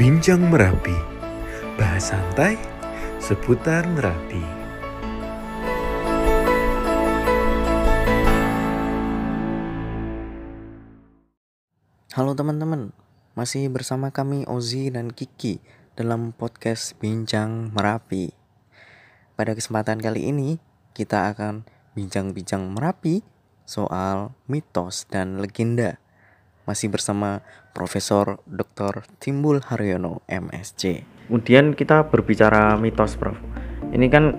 Bincang Merapi, bahas santai seputar Merapi. Halo teman-teman, masih bersama kami Ozi dan Kiki dalam podcast Bincang Merapi. Pada kesempatan kali ini, kita akan bincang-bincang Merapi soal mitos dan legenda. Masih bersama Profesor Dr. Timbul Haryono, MSc. Kemudian kita berbicara mitos, Prof. Ini kan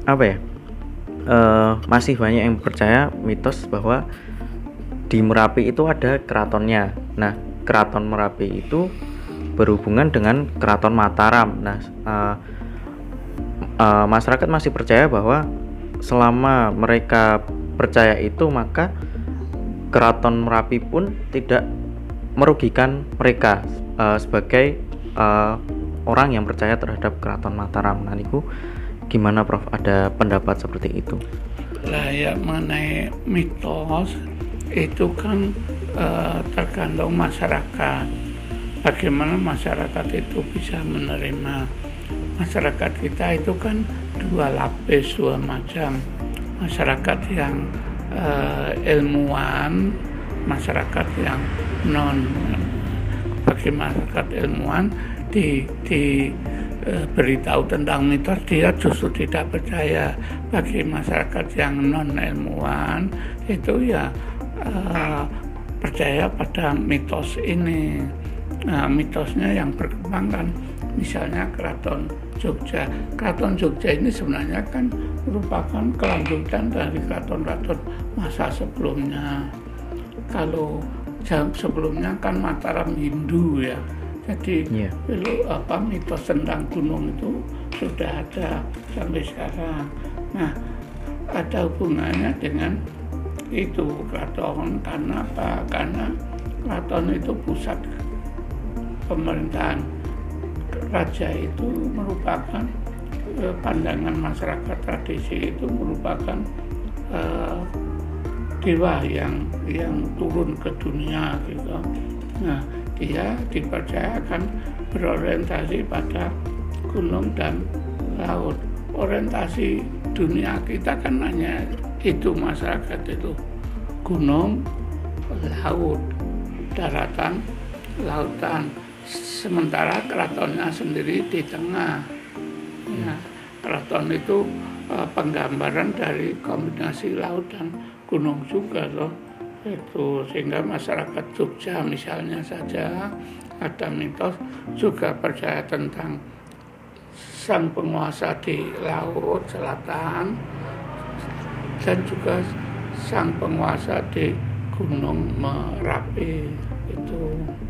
masih banyak yang percaya mitos bahwa di Merapi itu ada keratonnya. Nah, keraton Merapi itu berhubungan dengan keraton Mataram. Nah, masyarakat masih percaya bahwa selama mereka percaya itu, maka keraton Merapi pun tidak merugikan mereka sebagai orang yang percaya terhadap keraton Mataram. Nah, niku gimana, Prof? Ada pendapat seperti itu? Lah ya, mengenai mitos itu kan tergantung masyarakat. Bagaimana masyarakat itu bisa menerima. Masyarakat kita itu kan dua lapis, dua macam. Masyarakat yang ilmuwan, masyarakat yang non. Bagi masyarakat ilmuwan beritahu tentang mitos, dia justru tidak percaya. Bagi masyarakat yang non ilmuwan itu ya percaya pada mitos ini. Nah, mitosnya yang berkembang kan misalnya Keraton Jogja. Keraton Jogja ini sebenarnya kan merupakan kelanjutan dari keraton-keraton masa sebelumnya. Kalau sebelumnya kan Mataram Hindu ya. Jadi mitos tentang gunung itu sudah ada sampai sekarang. Nah, ada hubungannya dengan itu keraton. Karena apa? Karena keraton itu pusat pemerintahan. Raja itu merupakan pandangan masyarakat tradisi itu merupakan dewa yang turun ke dunia gitu. Nah, dia dipercayakan berorientasi pada gunung dan laut. Orientasi dunia kita kan hanya itu, masyarakat itu gunung, laut, daratan, lautan. Sementara keratonnya sendiri di tengah. Nah, keraton itu penggambaran dari kombinasi laut dan gunung juga loh. Itu sehingga masyarakat Jogja misalnya saja ada mitos juga percaya tentang sang penguasa di laut selatan dan juga sang penguasa di Gunung Merapi. Itu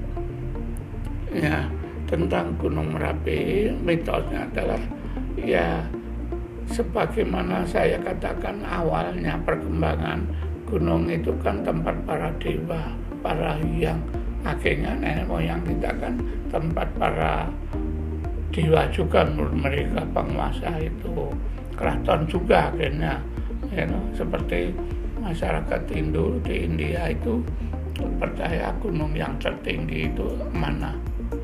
ya, tentang Gunung Merapi mitosnya adalah ya sebagaimana saya katakan awalnya perkembangan gunung itu kan tempat para dewa, para hyang. Akhirnya nenek moyang kita kan tempat para dewa juga, menurut mereka penguasa itu. Keraton juga akhirnya seperti masyarakat Hindu di India itu percaya gunung yang tertinggi itu mana?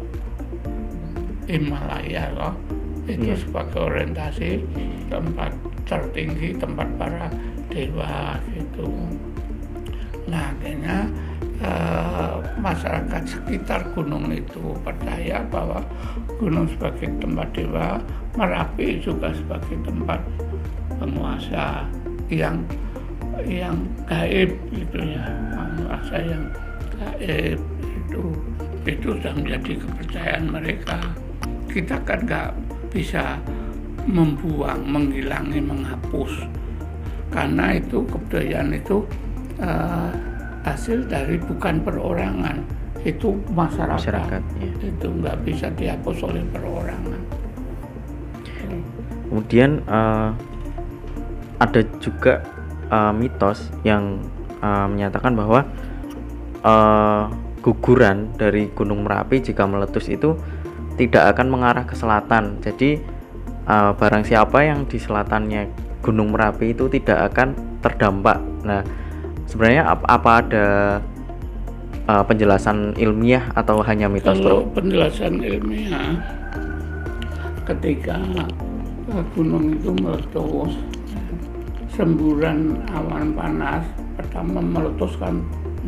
Himalaya loh. Itu sebagai orientasi tempat tertinggi, tempat para dewa gitu. Nah, akhirnya masyarakat sekitar gunung itu percaya bahwa gunung sebagai tempat dewa, Merapi juga sebagai tempat penguasa yang gaib gitu ya, penguasa yang gaib itu sudah menjadi kepercayaan mereka. Kita kan nggak bisa membuang, menghilangi, menghapus, karena itu kebudayaan itu hasil dari bukan perorangan, itu masyarakat ya. Itu nggak bisa dihapus oleh perorangan. Kemudian ada juga mitos yang menyatakan bahwa guguran dari Gunung Merapi jika meletus itu tidak akan mengarah ke selatan. Jadi barang siapa yang di selatannya Gunung Merapi itu tidak akan terdampak. Nah, sebenarnya apa ada penjelasan ilmiah atau hanya mitos, Kalau bro? penjelasan ilmiah, ketika gunung itu meletus, semburan awan panas pertama meletus kan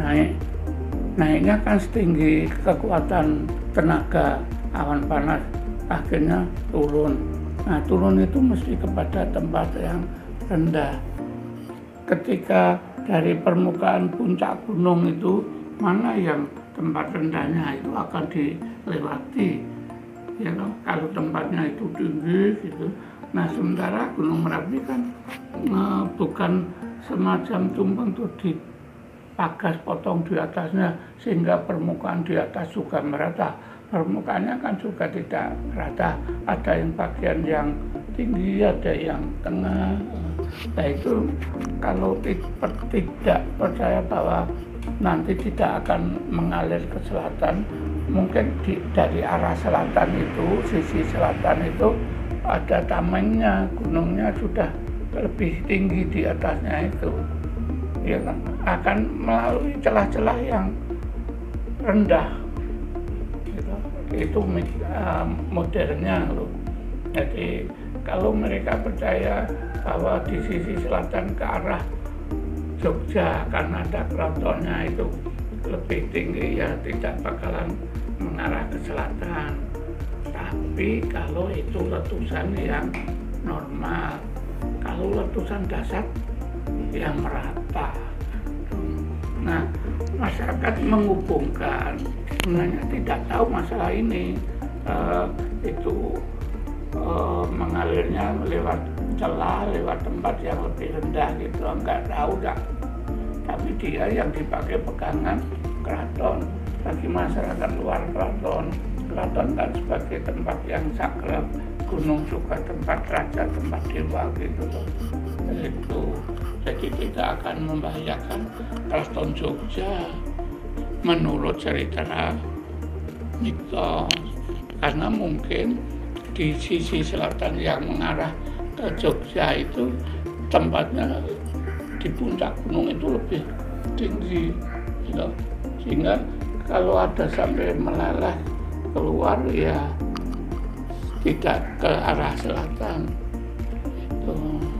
naiknya kan setinggi kekuatan tenaga awan panas, akhirnya turun. Nah, turun itu mesti kepada tempat yang rendah. Ketika dari permukaan puncak gunung itu, mana yang tempat rendahnya itu akan dilewati, ya kan? Kalau tempatnya itu tinggi gitu. Nah, sementara Gunung Merapi kan bukan semacam tumpeng tuh dipagas potong di atasnya sehingga permukaan di atas juga merata. Permukaannya kan juga tidak rata, ada yang bagian yang tinggi, ada yang tengah. Nah, itu kalau tidak percaya bahwa nanti tidak akan mengalir ke selatan, mungkin dari arah selatan itu, sisi selatan itu ada tamengnya, gunungnya sudah lebih tinggi di atasnya itu, ya kan, akan melalui celah-celah yang rendah, gitu. Itu modernnya loh. Jadi kalau mereka percaya bahwa di sisi selatan ke arah Jogja karena ada keratonnya itu lebih tinggi, ya tidak bakalan mengarah ke selatan. Tapi kalau itu letusan yang normal, kalau letusan dasar yang merata. Nah, masyarakat menghubungkan, sebenarnya tidak tahu masalah ini, itu mengalirnya lewat celah, lewat tempat yang lebih rendah gitu, enggak tahu dah. Tapi dia yang dipakai pegangan keraton. Bagi masyarakat luar keraton kan sebagai tempat yang sakral, gunung juga tempat raja, tempat dewa gitu loh. Itu jadi tidak akan membahayakan Keraton Jogja menurut cerita mitos, karena mungkin di sisi selatan yang mengarah ke Jogja itu tempatnya di puncak gunung itu lebih tinggi, gitu. Sehingga kalau ada sampai meleleh keluar ya tidak ke arah selatan. Itu.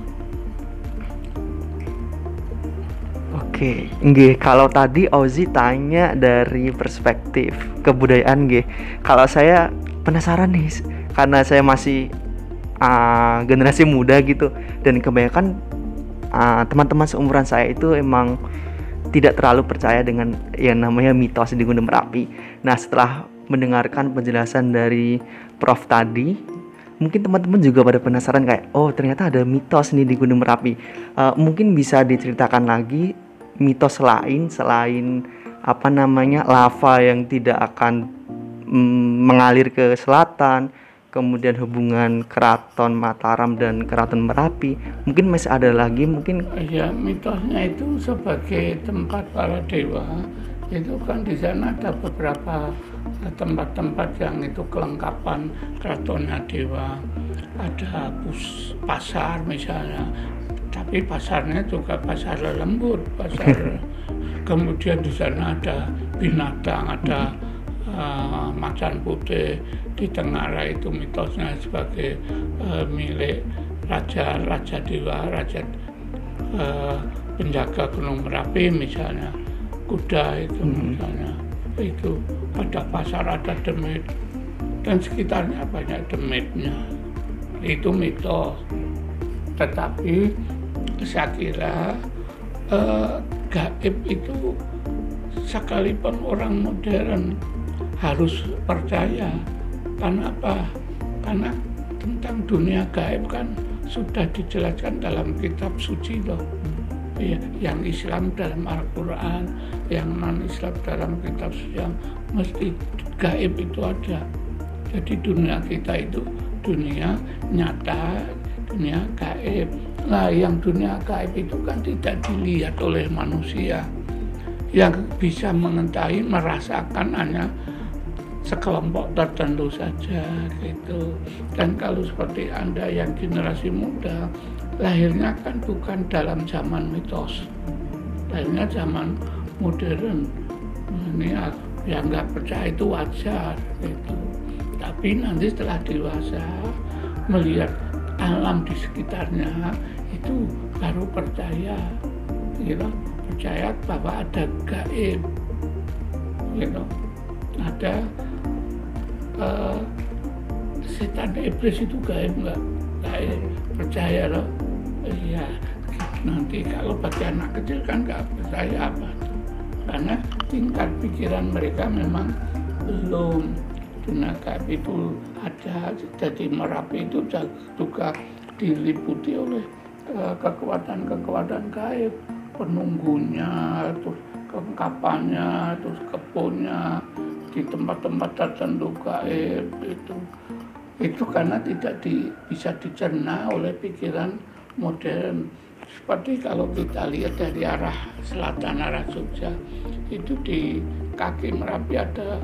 Oke, nggih. Kalau tadi Ozi tanya dari perspektif kebudayaan, nggih. Kalau saya penasaran nih, karena saya masih generasi muda gitu, dan kebanyakan teman-teman seumuran saya itu emang tidak terlalu percaya dengan yang namanya mitos di Gunung Merapi. Nah, setelah mendengarkan penjelasan dari Prof tadi, mungkin teman-teman juga pada penasaran kayak, oh ternyata ada mitos nih di Gunung Merapi. Mungkin bisa diceritakan lagi mitos lain selain lava yang tidak akan mengalir ke selatan, kemudian hubungan Keraton Mataram dan Keraton Merapi. Mungkin masih ada lagi, mungkin ya mitosnya itu sebagai tempat para dewa. Itu kan di sana ada beberapa tempat-tempat yang itu kelengkapan keratonnya dewa. Ada pasar misalnya, tapi pasarnya juga pasar lembut, pasar. Kemudian di sana ada binatang, ada macan putih. Di Tengara itu mitosnya sebagai milik raja dewa, raja penjaga Gunung Merapi misalnya. Kuda itu misalnya, itu pada pasar ada demit dan sekitarnya banyak demitnya. Itu mitos. Tetapi saya kira gaib itu sekalipun orang modern harus percaya. Karena apa? Karena tentang dunia gaib kan sudah dijelaskan dalam kitab suci loh. Ya, yang Islam dalam Al-Quran, yang non-Islam dalam kitab suci, yang mesti gaib itu ada. Jadi dunia kita itu dunia nyata, dunia gaib. Nah, yang dunia gaib itu kan tidak dilihat oleh manusia. Yang bisa mengetahui, merasakan hanya sekelompok tertentu saja gitu. Dan kalau seperti Anda yang generasi muda, lahirnya kan bukan dalam zaman mitos, lahirnya zaman modern. ini ya nggak percaya itu wajar gitu. Tapi nanti setelah dewasa melihat alam di sekitarnya itu baru percaya, gitu. Percaya bahwa ada gaib, gitu. Ada setan iblis itu gaib nggak? Gaib, percaya loh. Iya, nanti kalau bagi anak kecil kan nggak percaya apa, karena tingkat pikiran mereka memang belum. Dunia gaib itu ada, jadi Merapi itu juga diliputi oleh kekuatan-kekuatan gaib, penunggunya, terus kelengkapannya, terus kebunnya, di tempat-tempat tertentu gaib itu karena tidak bisa dicerna oleh pikiran modern. Seperti kalau kita lihat dari arah selatan, arah Jogja, itu di kaki Merapi ada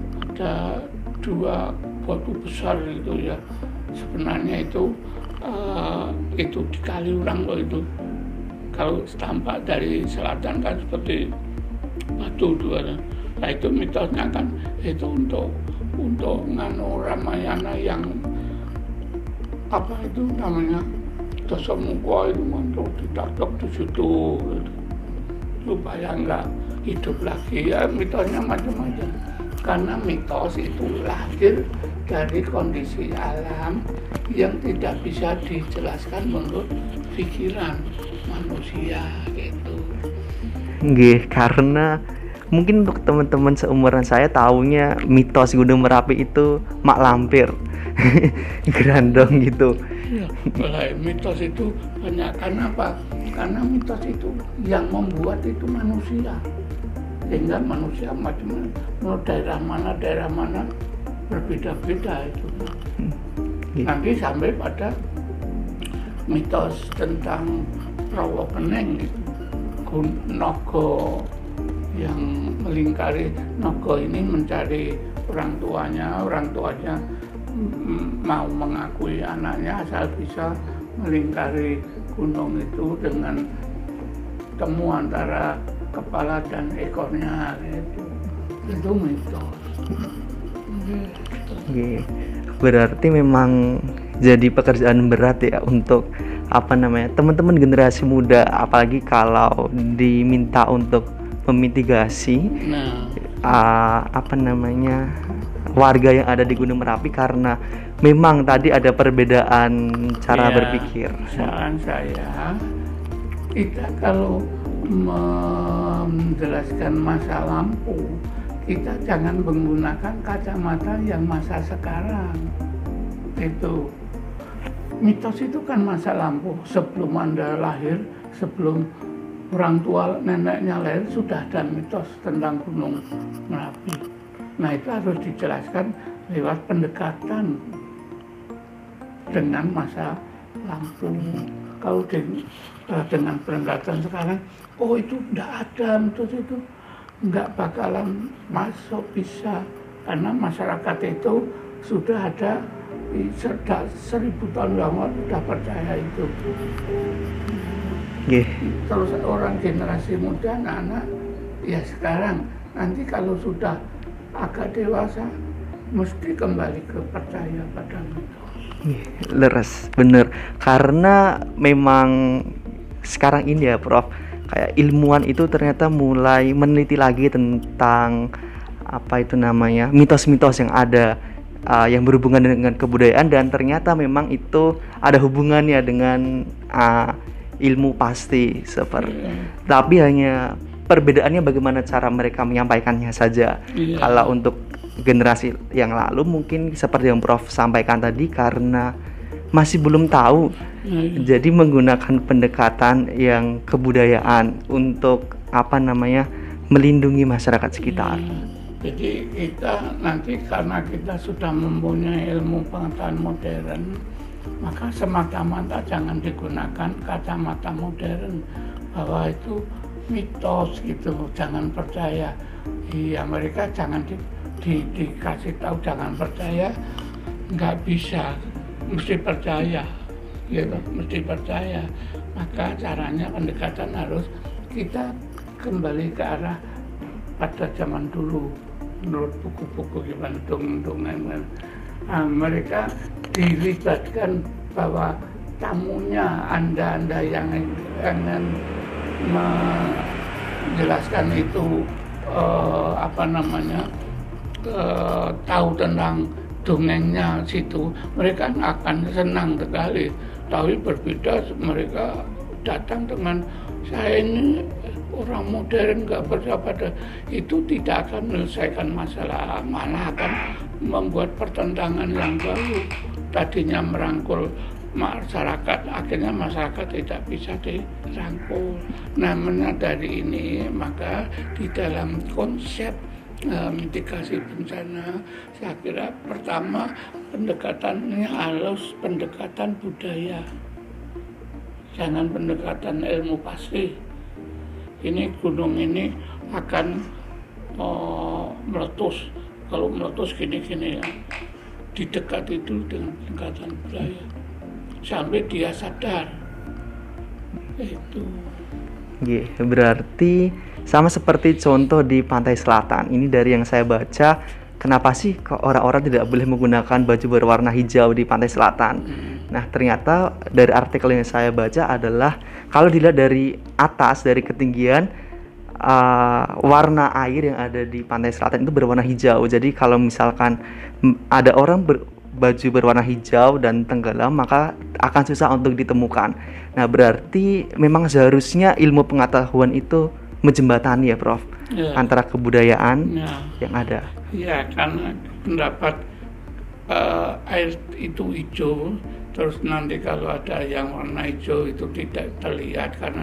2 batu besar itu ya. Sebenarnya itu di Kaliurang loh itu. Kalau tampak dari selatan kan seperti batu 2. Nah itu mitosnya kan itu untuk nganu Ramayana yang apa itu namanya Dasamuka itu untuk ditakluk di situ gitu. Supaya nggak hidup lagi ya, mitosnya macam-macam. Karena mitos itu lahir dari kondisi alam yang tidak bisa dijelaskan menurut pikiran manusia gitu. Nggih, karena mungkin untuk teman-teman seumuran saya taunya mitos Gunung Merapi itu mak lampir. Gerandong gitu. Ya, mitos itu banyak. Karena apa? Karena mitos itu yang membuat itu manusia. Sehingga manusia macam-macam, daerah mana berbeda-beda itu. Nanti sampai pada mitos tentang Rawa Keneng itu, Nogo yang melingkari Nogo ini mencari orang tuanya mau mengakui anaknya asal bisa melingkari gunung itu dengan temu antara kepala dan ekornya itu mitos. Berarti memang jadi pekerjaan berat ya untuk teman-teman generasi muda, apalagi kalau diminta untuk memitigasi warga yang ada di Gunung Merapi, karena memang tadi ada perbedaan cara berpikir. Saran saya, kita kalau menjelaskan masa lampau, kita jangan menggunakan kacamata yang masa sekarang. Itu mitos itu kan masa lampau, sebelum Anda lahir, sebelum orang tua neneknya lahir sudah ada mitos tentang Gunung Merapi. Nah itu harus dijelaskan lewat pendekatan dengan masa lampau. Kalau dengan pendekatan sekarang, itu tidak ada mitos itu, nggak bakalan masuk bisa, karena masyarakat itu sudah ada 1000 tahun yang lalu sudah percaya itu. Terus orang generasi muda, anak-anak ya sekarang nanti kalau sudah agak dewasa mesti kembali ke percaya pada mitos. Leres, bener. Karena memang sekarang ini ya Prof, kayak ilmuwan itu ternyata mulai meneliti lagi tentang mitos-mitos yang ada, yang berhubungan dengan kebudayaan, dan ternyata memang itu ada hubungannya dengan ilmu pasti tapi hanya perbedaannya bagaimana cara mereka menyampaikannya saja. Kalau untuk generasi yang lalu mungkin seperti yang Prof sampaikan tadi, karena masih belum tahu, jadi menggunakan pendekatan yang kebudayaan untuk melindungi masyarakat sekitar. Jadi kita nanti karena kita sudah mempunyai ilmu pengetahuan modern, maka semata-mata jangan digunakan kacamata modern bahwa itu mitos gitu, jangan percaya. Iya, mereka jangan dikasih tahu jangan percaya, nggak bisa, mesti percaya gitu, mesti percaya. Maka caranya pendekatan harus kita kembali ke arah pada zaman dulu menurut buku-buku gimana dongeng-dongeng. Mereka dilibatkan bahwa tamunya anda yang ingin menjelaskan itu tahu tentang dongengnya situ, mereka akan senang sekali. Tapi berbeda mereka datang dengan saya ini orang modern nggak percaya pada itu, tidak akan menyelesaikan masalah, malah akan membuat pertentangan yang baru. Tadinya merangkul masyarakat, akhirnya masyarakat tidak bisa dirangkul. Nah, menyadari ini, maka di dalam konsep mitigasi bencana, saya kira pertama pendekatannya harus pendekatan budaya, jangan pendekatan ilmu pasti. Ini gunung ini akan meletus, kalau meletus gini-gini ya. Didekat itu dengan pendekatan budaya sampai dia sadar. Itu. Berarti sama seperti contoh di pantai selatan. Ini dari yang saya baca, kenapa sih kok orang-orang tidak boleh menggunakan baju berwarna hijau di pantai selatan? Nah, ternyata dari artikel yang saya baca adalah kalau dilihat dari atas, dari ketinggian, warna air yang ada di pantai selatan itu berwarna hijau. Jadi kalau misalkan ada orang baju berwarna hijau dan tenggelam, maka akan susah untuk ditemukan. Nah, berarti memang seharusnya ilmu pengetahuan itu menjembatani ya, Prof, antara kebudayaan yang ada. Ya, karena pendapat air itu hijau, terus nanti kalau ada yang warna hijau itu tidak terlihat karena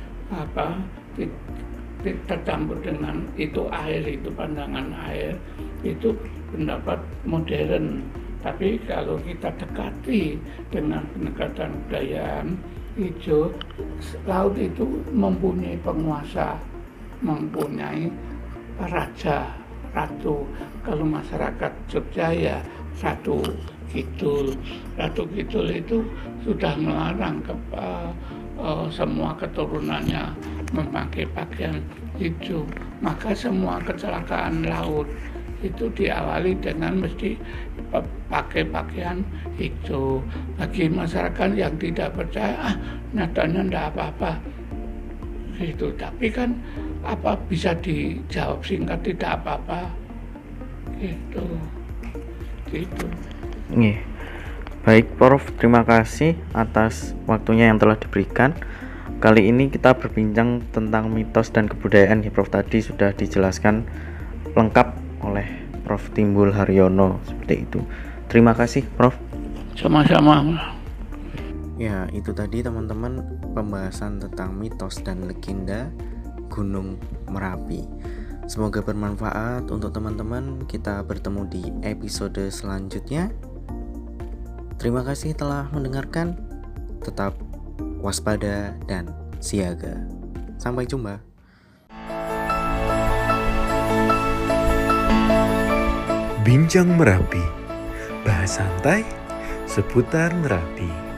tercampur dengan itu air, itu pandangan air, itu pendapat modern. Tapi kalau kita dekati dengan pendekatan kebudayaan, hijau, laut itu mempunyai penguasa, mempunyai raja, ratu. Kalau masyarakat Jogja ya Ratu Kidul. Ratu Kidul itu sudah melarang semua keturunannya memakai pakaian hijau. Maka semua kecelakaan laut itu diawali dengan mesti pakai pakaian hijau. Bagi masyarakat yang tidak percaya, nyatanya tidak apa-apa gitu. Tapi kan apa bisa dijawab singkat, tidak apa-apa gitu. Baik Prof, terima kasih atas waktunya yang telah diberikan. Kali ini kita berbincang tentang mitos dan kebudayaan ya Prof. Tadi sudah dijelaskan lengkap oleh Prof. Timbul Haryono, seperti itu. Terima kasih Prof. Sama-sama. Ya, itu tadi teman-teman pembahasan tentang mitos dan legenda Gunung Merapi. Semoga bermanfaat untuk teman-teman. Kita bertemu di episode selanjutnya. Terima kasih telah mendengarkan. Tetap waspada dan siaga. Sampai jumpa. Bincang Merapi, bahas santai seputar Merapi.